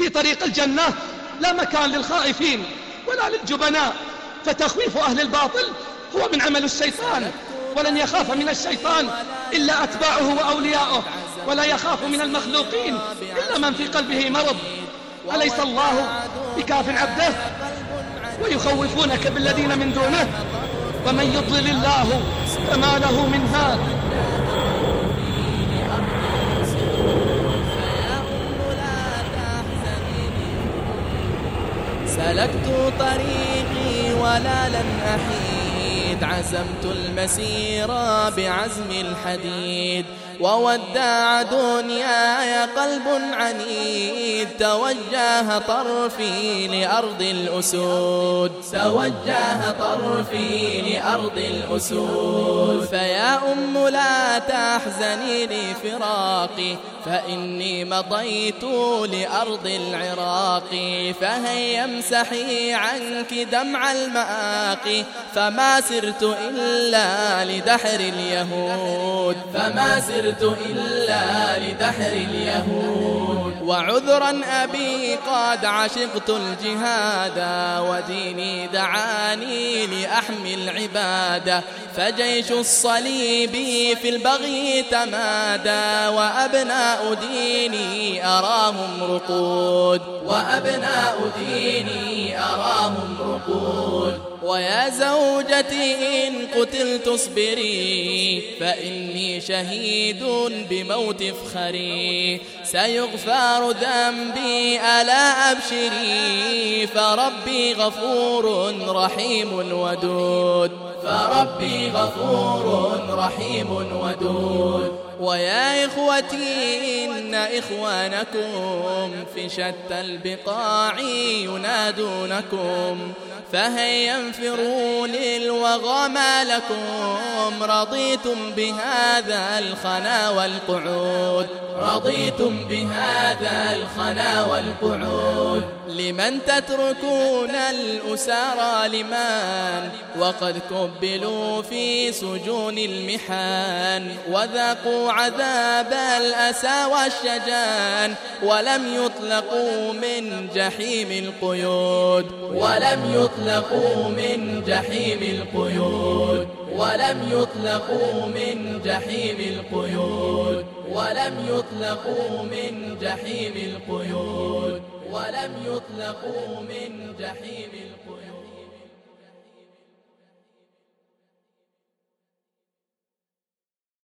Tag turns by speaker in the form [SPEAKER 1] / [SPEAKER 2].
[SPEAKER 1] في طريق الجنة لا مكان للخائفين ولا للجبناء، فتخويف أهل الباطل هو من عمل الشيطان، ولن يخاف من الشيطان إلا أتباعه وأولياؤه، ولا يخاف من المخلوقين إلا من في قلبه مرض. أليس الله بكاف عبده؟ ويخوفونك بالذين من دونه، ومن يضلل الله فما له من هاد.
[SPEAKER 2] سلكت طريقي ولا لن أحيد، عزمت المسير بعزم الحديد، ووداع دنياي قلب عنيد، توجه طرفي لأرض الأسود، توجه طرفي لأرض الأسود. فيا أم لا تحزني لفراقي، فإني مضيت لأرض العراق، فهيا امسحي عنك دمع المآقي، فما سرت إلا لدحر اليهود، فما سرت إلا لدحر اليهود. وعذرا أبي قد عشقت الجهاد، وديني دعاني لأحمي العبادة، فجيش الصليب في البغي تمادى، وأبناء ديني أراهم رقود، وأبناء ديني أراهم رقود. ويا زوجتي إن قتلت اصبري، فإني شهيد بموت افخري، سيغفر ذنبي ألا أبشري، فربي غفور رحيم ودود، فربي غفور رحيم ودود. ويا إخوتي إن إخوانكم في شتى البقاع ينادونكم، فهيا انفروا للوغى ما لكم، رضيتم بهذا الخنا والقعود، رضيتم بهذا الخنا والقعود. لمن تتركون الأسارى لمن، وقد كبلوا في سجون المحان، وذاقوا عذاب الأسى والشجان، ولم يطلقوا من جحيم القيود، ولم يطلقوا من جحيم القيود، ولم يطلقوا من جحيم القيود، ولم يطلقوا من جحيم القيود، ولم يطلقوا من جحيم القيود.